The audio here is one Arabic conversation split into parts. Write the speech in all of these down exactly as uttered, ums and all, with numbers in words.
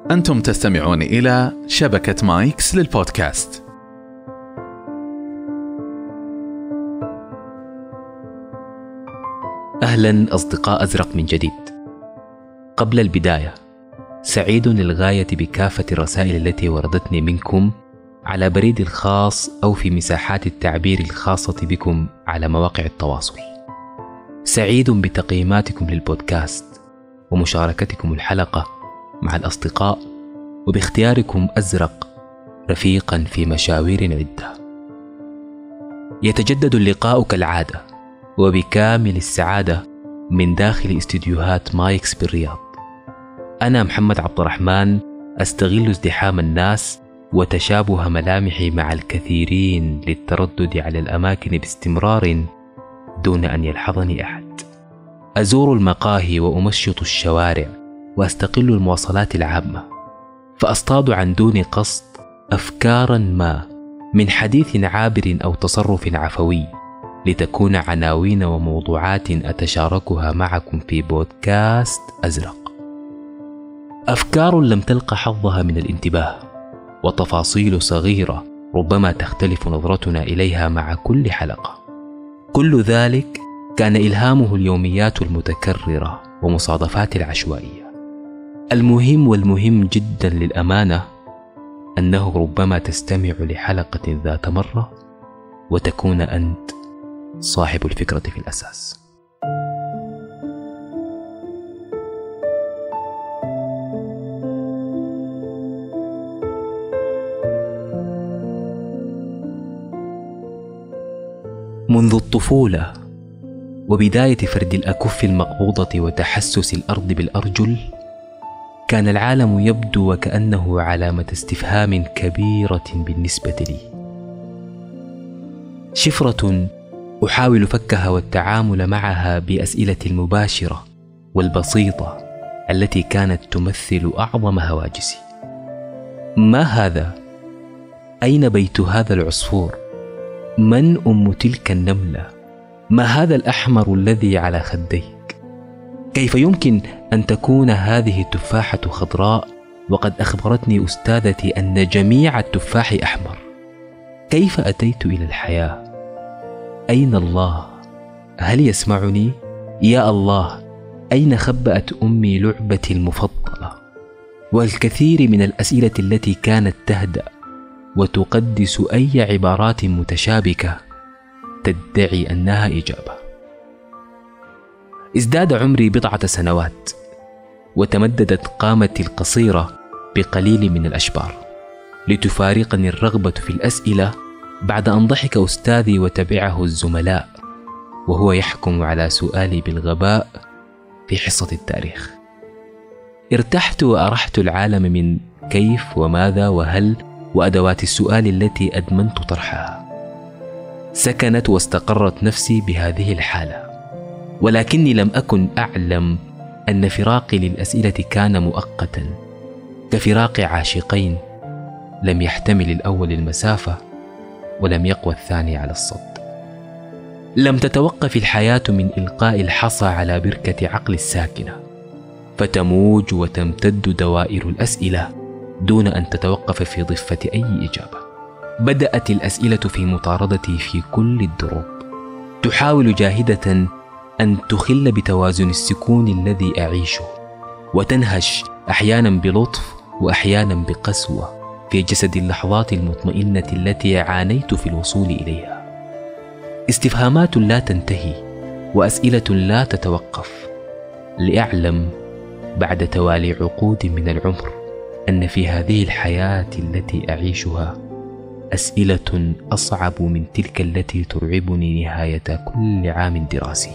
أنتم تستمعون إلى شبكة مايكس للبودكاست. أهلا أصدقاء أزرق من جديد. قبل البداية، سعيد للغاية بكافة الرسائل التي وردتني منكم على بريدي الخاص أو في مساحات التعبير الخاصة بكم على مواقع التواصل. سعيد بتقييماتكم للبودكاست ومشاركتكم الحلقة مع الأصدقاء وباختياركم أزرق رفيقا في مشاوير عدة. يتجدد اللقاء كالعادة وبكامل السعادة من داخل استديوهات مايكس بالرياض. أنا محمد عبد الرحمن، أستغل ازدحام الناس وتشابه ملامحي مع الكثيرين للتردد على الأماكن باستمرار دون أن يلحظني أحد. أزور المقاهي وأمشط الشوارع وأستقل المواصلات العامة، فأصطاد عن دون قصد أفكارا ما من حديث عابر أو تصرف عفوي لتكون عناوين وموضوعات أتشاركها معكم في بودكاست أزرق. أفكار لم تلق حظها من الانتباه، وتفاصيل صغيرة ربما تختلف نظرتنا إليها مع كل حلقة. كل ذلك كان إلهامه اليوميات المتكررة ومصادفات العشوائية. المهم والمهم جدا للأمانة أنه ربما تستمع لحلقة ذات مرة وتكون أنت صاحب الفكرة في الأساس. منذ الطفولة وبداية فرد الأكف المقبوضة وتحسس الأرض بالأرجل، كان العالم يبدو وكأنه علامة استفهام كبيرة بالنسبة لي. شفرة أحاول فكها والتعامل معها بأسئلة المباشرة والبسيطة التي كانت تمثل أعظم هواجسي. ما هذا؟ أين بيت هذا العصفور؟ من أم تلك النملة؟ ما هذا الأحمر الذي على خديك؟ كيف يمكن أن تكون هذه التفاحة خضراء وقد أخبرتني أستاذتي أن جميع التفاح أحمر؟ كيف أتيت إلى الحياة؟ أين الله؟ هل يسمعني؟ يا الله، أين خبأت أمي لعبتي المفضلة؟ والكثير من الأسئلة التي كانت تهدأ وتقدس أي عبارات متشابكة تدعي أنها إجابة. ازداد عمري بضعة سنوات وتمددت قامتي القصيرة بقليل من الأشبار لتفارقني الرغبة في الأسئلة بعد أن ضحك أستاذي وتبعه الزملاء وهو يحكم على سؤالي بالغباء في حصة التاريخ. ارتحت وأرحت العالم من كيف وماذا وهل وأدوات السؤال التي أدمنت طرحها. سكنت واستقرت نفسي بهذه الحالة، ولكني لم أكن أعلم أن فراقي للأسئلة كان مؤقتا، كفراق عاشقين لم يحتمل الأول المسافة ولم يقوى الثاني على الصد. لم تتوقف الحياة من إلقاء الحصى على بركة عقل الساكنة، فتموج وتمتد دوائر الأسئلة دون أن تتوقف في ضفة أي إجابة. بدأت الأسئلة في مطاردتي في كل الدروب، تحاول جاهدة أن تخل بتوازن السكون الذي أعيشه، وتنهش أحيانا بلطف وأحيانا بقسوة في جسد اللحظات المطمئنة التي عانيت في الوصول إليها. استفهامات لا تنتهي وأسئلة لا تتوقف، لأعلم بعد توالي عقود من العمر أن في هذه الحياة التي أعيشها أسئلة أصعب من تلك التي ترعبني نهاية كل عام دراسي،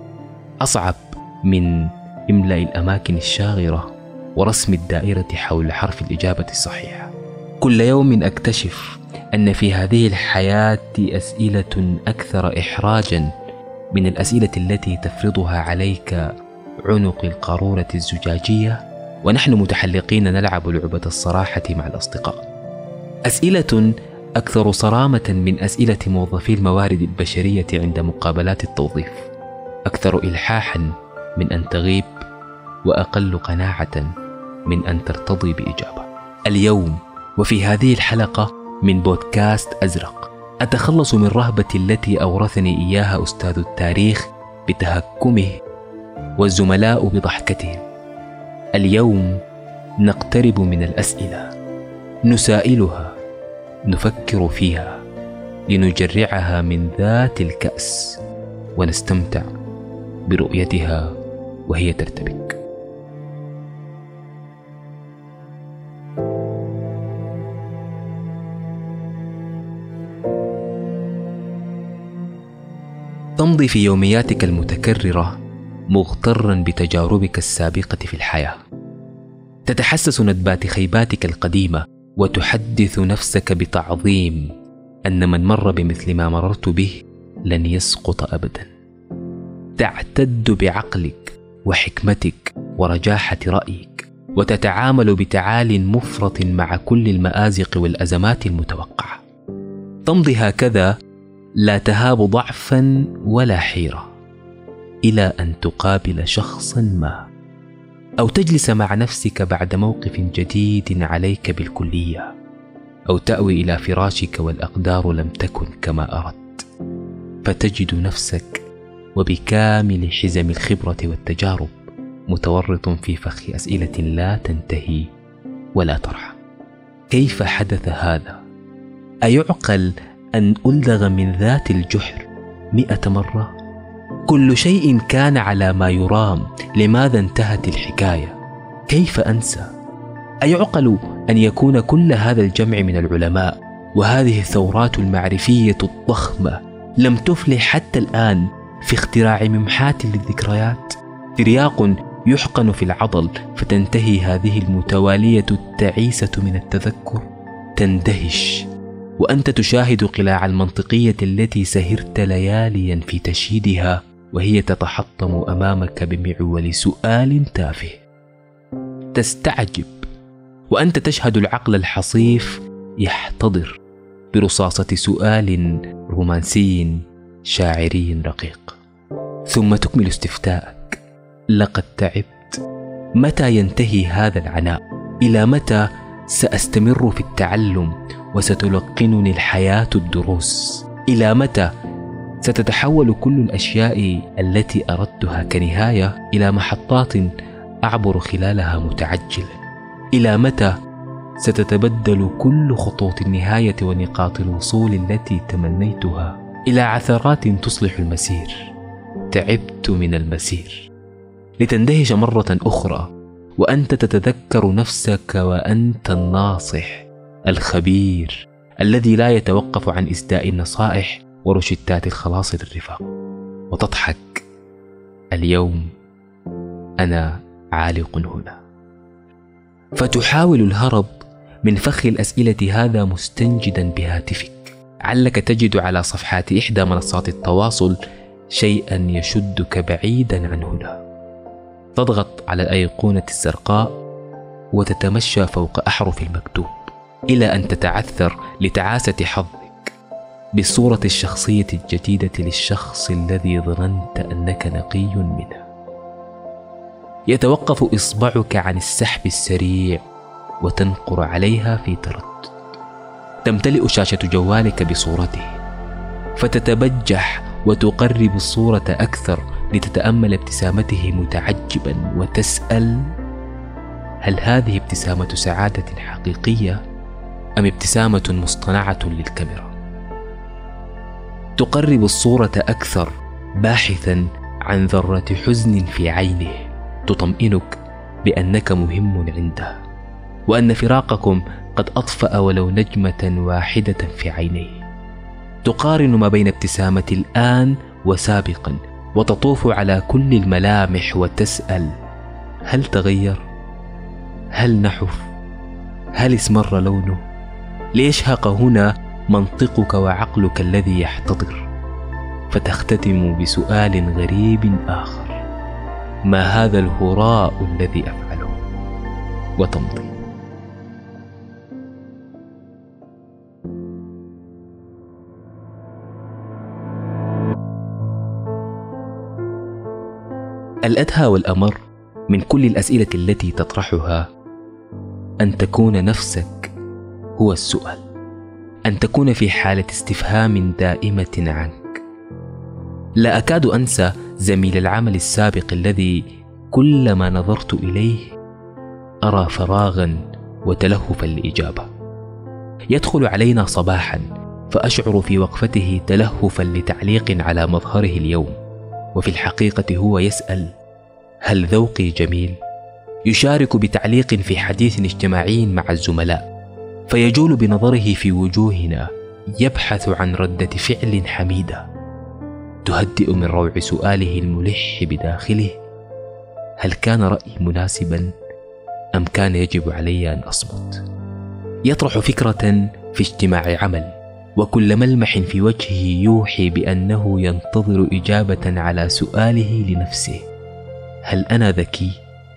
أصعب من إملاء الأماكن الشاغرة ورسم الدائرة حول حرف الإجابة الصحيحة. كل يوم أكتشف أن في هذه الحياة أسئلة أكثر إحراجا من الأسئلة التي تفرضها عليك عنق القارورة الزجاجية ونحن متحلقين نلعب لعبة الصراحة مع الأصدقاء. أسئلة أكثر صرامة من أسئلة موظفي الموارد البشرية عند مقابلات التوظيف، أكثر إلحاحا من أن تغيب، وأقل قناعة من أن ترتضي بإجابة. اليوم وفي هذه الحلقة من بودكاست أزرق أتخلص من رهبة التي أورثني إياها أستاذ التاريخ بتهكمه والزملاء بضحكتهم. اليوم نقترب من الأسئلة، نسائلها، نفكر فيها، لنجرعها من ذات الكأس ونستمتع برؤيتها وهي ترتبك. تمضي في يومياتك المتكررة مغترا بتجاربك السابقة في الحياة، تتحسس ندبات خيباتك القديمة وتحدث نفسك بتعظيم أن من مر بمثل ما مررت به لن يسقط أبدا. تعتد بعقلك وحكمتك ورجاحة رأيك، وتتعامل بتعال مفرط مع كل المآزق والأزمات المتوقعة. تمضي هكذا لا تهاب ضعفا ولا حيرة، إلى أن تقابل شخصا ما، أو تجلس مع نفسك بعد موقف جديد عليك بالكلية، أو تأوي إلى فراشك والأقدار لم تكن كما أردت، فتجد نفسك وبكامل حزم الخبرة والتجارب متورط في فخ أسئلة لا تنتهي ولا ترحم. كيف حدث هذا؟ أيعقل أن ألدغ من ذات الجحر مئة مرة؟ كل شيء كان على ما يرام، لماذا انتهت الحكاية؟ كيف أنسى؟ أيعقل أن يكون كل هذا الجمع من العلماء وهذه الثورات المعرفية الضخمة لم تفلح حتى الآن في اختراع ممحات للذكريات؟ ترياق يحقن في العضل فتنتهي هذه المتوالية التعيسة من التذكر. تندهش وأنت تشاهد قلاع المنطقية التي سهرت لياليا في تشييدها وهي تتحطم أمامك بمعول سؤال تافه. تستعجب وأنت تشهد العقل الحصيف يحتضر برصاصة سؤال رومانسي شاعري رقيق، ثم تكمل استفتاءك: لقد تعبت. متى ينتهي هذا العناء؟ إلى متى سأستمر في التعلم وستلقنني الحياة الدروس؟ إلى متى ستتحول كل الأشياء التي أردتها كنهاية إلى محطات أعبر خلالها متعجلا؟ إلى متى ستتبدل كل خطوط النهاية ونقاط الوصول التي تمنيتها إلى عثرات تصلح المسير؟ تعبت من المسير. لتندهش مرة أخرى وأنت تتذكر نفسك وأنت الناصح الخبير الذي لا يتوقف عن إسداء النصائح ورشدات الخلاص للرفاق، وتضحك: اليوم أنا عالق هنا. فتحاول الهرب من فخ الأسئلة هذا مستنجدا بهاتفك، علك تجد على صفحات إحدى منصات التواصل شيئا يشدك بعيدا عن هنا. تضغط على الأيقونة الزرقاء وتتمشى فوق أحرف المكتوب إلى أن تتعثر لتعاسة حظك بالصورة الشخصية الجديدة للشخص الذي ظننت أنك نقي منه. يتوقف إصبعك عن السحب السريع وتنقر عليها في تردد. تمتلئ شاشة جوالك بصورته، فتتبجح وتقرب الصورة أكثر لتتأمل ابتسامته متعجبا وتسأل: هل هذه ابتسامة سعادة حقيقية أم ابتسامة مصطنعة للكاميرا؟ تقرب الصورة أكثر باحثا عن ذرة حزن في عينه تطمئنك بأنك مهم عنده، وأن فراقكم قد أطفأ ولو نجمة واحدة في عينيه. تقارن ما بين ابتسامة الآن وسابقا وتطوف على كل الملامح وتسأل: هل تغير؟ هل نحف؟ هل اسمر لونه؟ ليشهق هنا منطقك وعقلك الذي يحتضر؟ فتختتم بسؤال غريب آخر: ما هذا الهراء الذي أفعله؟ وتمضي. الأدهى والأمر من كل الأسئلة التي تطرحها أن تكون نفسك هو السؤال، أن تكون في حالة استفهام دائمة عنك. لا أكاد أنسى زميل العمل السابق الذي كلما نظرت إليه أرى فراغا وتلهفا لإجابة. يدخل علينا صباحا فأشعر في وقفته تلهفا لتعليق على مظهره اليوم، وفي الحقيقة هو يسأل: هل ذوقي جميل؟ يشارك بتعليق في حديث اجتماعي مع الزملاء، فيجول بنظره في وجوهنا يبحث عن ردة فعل حميدة تهدئ من روع سؤاله الملح بداخله: هل كان رأيي مناسبا أم كان يجب علي أن أصمت؟ يطرح فكرة في اجتماع عمل، وكل ملمح في وجهه يوحي بأنه ينتظر إجابة على سؤاله لنفسه: هل أنا ذكي؟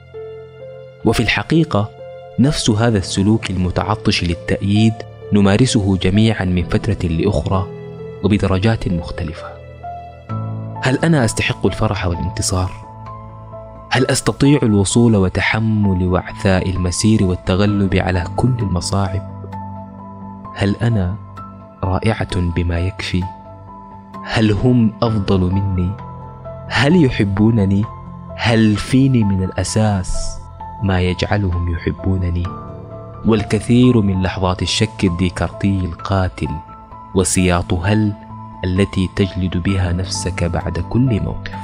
وفي الحقيقة نفس هذا السلوك المتعطش للتأييد نمارسه جميعا من فترة لأخرى وبدرجات مختلفة. هل أنا أستحق الفرح والانتصار؟ هل أستطيع الوصول وتحمل وعثاء المسير والتغلب على كل المصاعب؟ هل أنا رائعة بما يكفي؟ هل هم أفضل مني؟ هل يحبونني؟ هل فيني من الأساس ما يجعلهم يحبونني؟ والكثير من لحظات الشك الديكارتي القاتل وسياط هل التي تجلد بها نفسك بعد كل موقف.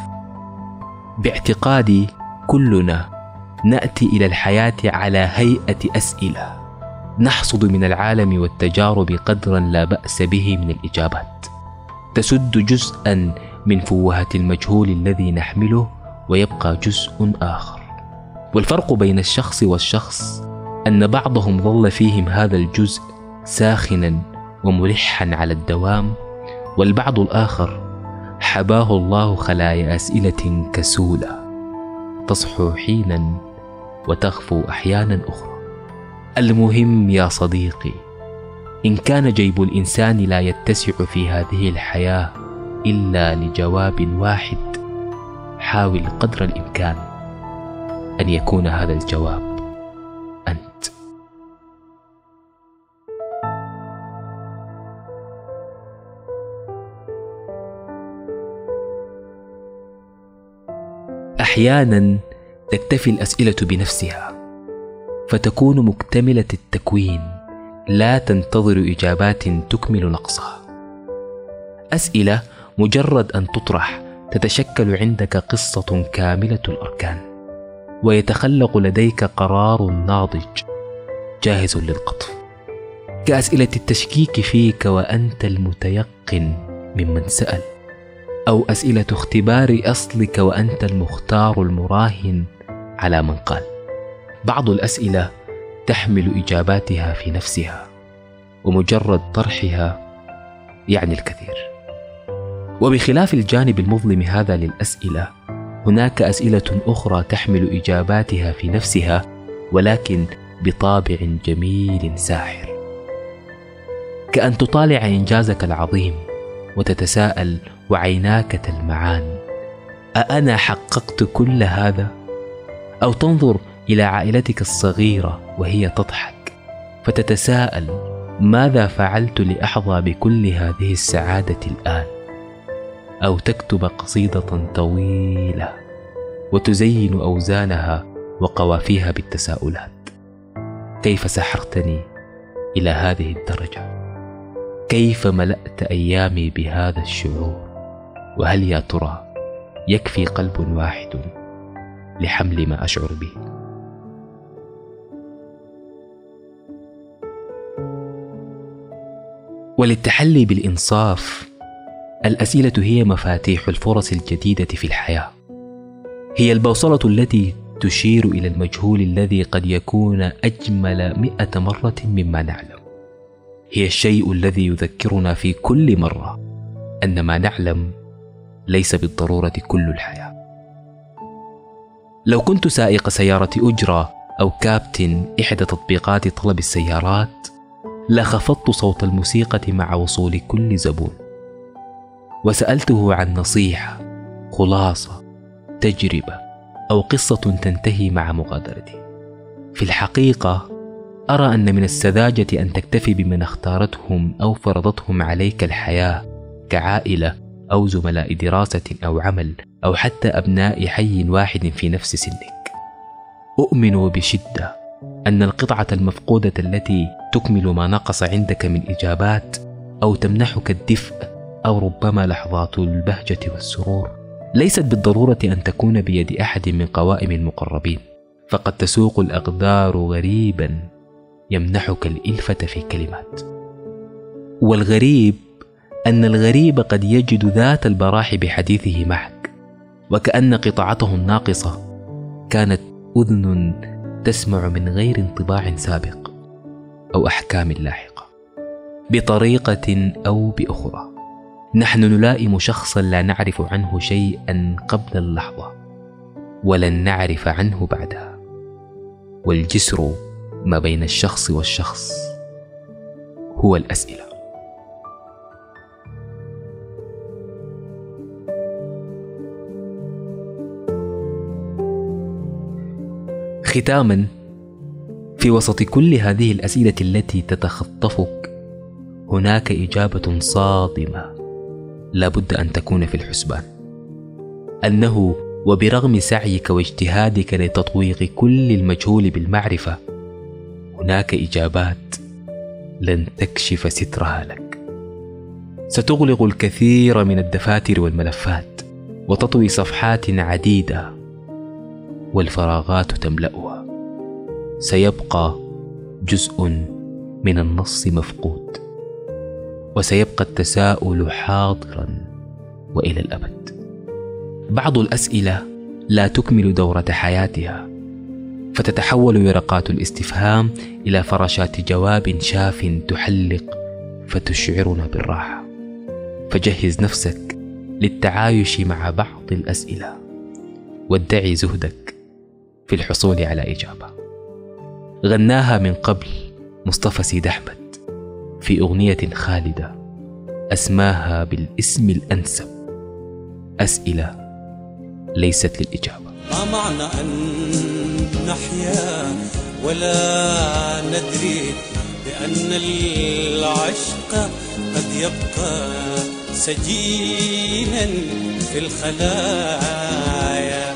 باعتقادي كلنا نأتي إلى الحياة على هيئة أسئلة، نحصد من العالم والتجارب قدرا لا بأس به من الإجابات، تسد جزءا من فوهة المجهول الذي نحمله ويبقى جزء آخر. والفرق بين الشخص والشخص أن بعضهم ظل فيهم هذا الجزء ساخنا وملحا على الدوام، والبعض الآخر حباه الله خلايا أسئلة كسولة تصحو حينا وتغفو أحيانا أخرى. المهم يا صديقي، إن كان جيب الإنسان لا يتسع في هذه الحياة إلا لجواب واحد، حاول قدر الإمكان أن يكون هذا الجواب أنت. أحيانا تكتفي الأسئلة بنفسها فتكون مكتملة التكوين، لا تنتظر إجابات تكمل نقصها. أسئلة مجرد أن تطرح تتشكل عندك قصة كاملة الأركان، ويتخلق لديك قرار ناضج جاهز للقطف، كأسئلة التشكيك فيك وأنت المتيقن ممن سأل، أو أسئلة اختبار أصلك وأنت المختار المراهن على من قال. بعض الأسئلة تحمل إجاباتها في نفسها، ومجرد طرحها يعني الكثير. وبخلاف الجانب المظلم هذا للأسئلة، هناك أسئلة أخرى تحمل إجاباتها في نفسها ولكن بطابع جميل ساحر، كأن تطالع إنجازك العظيم وتتساءل وعيناك تلمعان: أأنا حققت كل هذا؟ أو تنظر إلى عائلتك الصغيرة وهي تضحك فتتساءل: ماذا فعلت لأحظى بكل هذه السعادة الآن؟ أو تكتب قصيدة طويلة وتزين أوزانها وقوافيها بالتساؤلات: كيف سحرتني إلى هذه الدرجة؟ كيف ملأت أيامي بهذا الشعور؟ وهل يا ترى يكفي قلب واحد لحمل ما أشعر به؟ وللتحلي بالإنصاف، الأسئلة هي مفاتيح الفرص الجديدة في الحياة، هي البوصلة التي تشير إلى المجهول الذي قد يكون أجمل مئة مرة مما نعلم، هي الشيء الذي يذكرنا في كل مرة أن ما نعلم ليس بالضرورة كل الحياة. لو كنت سائق سيارة أجرة أو كابتن إحدى تطبيقات طلب السيارات، لخفضت صوت الموسيقى مع وصول كل زبون وسألته عن نصيحة، خلاصة، تجربة أو قصة تنتهي مع مغادرته. في الحقيقة أرى أن من السذاجة أن تكتفي بمن اختارتهم أو فرضتهم عليك الحياة كعائلة أو زملاء دراسة أو عمل أو حتى أبناء حي واحد في نفس سنك. أؤمن بشدة أن القطعة المفقودة التي تكمل ما نقص عندك من إجابات أو تمنحك الدفء أو ربما لحظات البهجة والسرور ليست بالضرورة أن تكون بيد أحد من قوائم المقربين، فقد تسوق الأقدار غريبا يمنحك الإلفة في كلمات. والغريب أن الغريب قد يجد ذات البراح بحديثه معك، وكأن قطعته الناقصة كانت أذن تسمع من غير انطباع سابق أو أحكام لاحقة. بطريقة أو بأخرى نحن نلائم شخصا لا نعرف عنه شيئا قبل اللحظة ولن نعرف عنه بعدها، والجسر ما بين الشخص والشخص هو الأسئلة. ختاما، في وسط كل هذه الأسئلة التي تتخطفك هناك إجابة صادمة لا بد أن تكون في الحسبان، أنه وبرغم سعيك واجتهادك لتطويق كل المجهول بالمعرفة هناك إجابات لن تكشف سترها لك. ستغلق الكثير من الدفاتر والملفات وتطوي صفحات عديدة والفراغات تملأها. سيبقى جزء من النص مفقود، وسيبقى التساؤل حاضرا وإلى الأبد. بعض الأسئلة لا تكمل دورة حياتها، فتتحول ورقات الاستفهام إلى فراشات جواب شاف تحلق فتشعرنا بالراحة. فجهز نفسك للتعايش مع بعض الأسئلة وادعي زهدك في الحصول على إجابة. غناها من قبل مصطفى سيد أحمد في أغنية خالدة أسماها بالاسم الأنسب: أسئلة ليست للإجابة. ما معنى أن نحيا ولا ندري بأن العشق قد يبقى سجينا في الخلايا.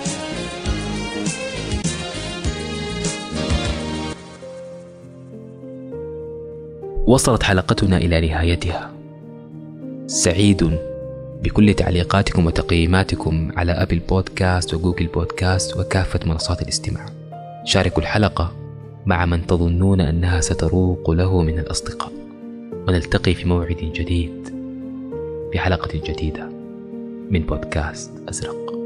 وصلت حلقتنا إلى نهايتها. سعيد بكل تعليقاتكم وتقييماتكم على أبل بودكاست وجوجل بودكاست وكافة منصات الاستماع. شاركوا الحلقة مع من تظنون أنها ستروق له من الأصدقاء، ونلتقي في موعد جديد في حلقة جديدة من بودكاست أزرق.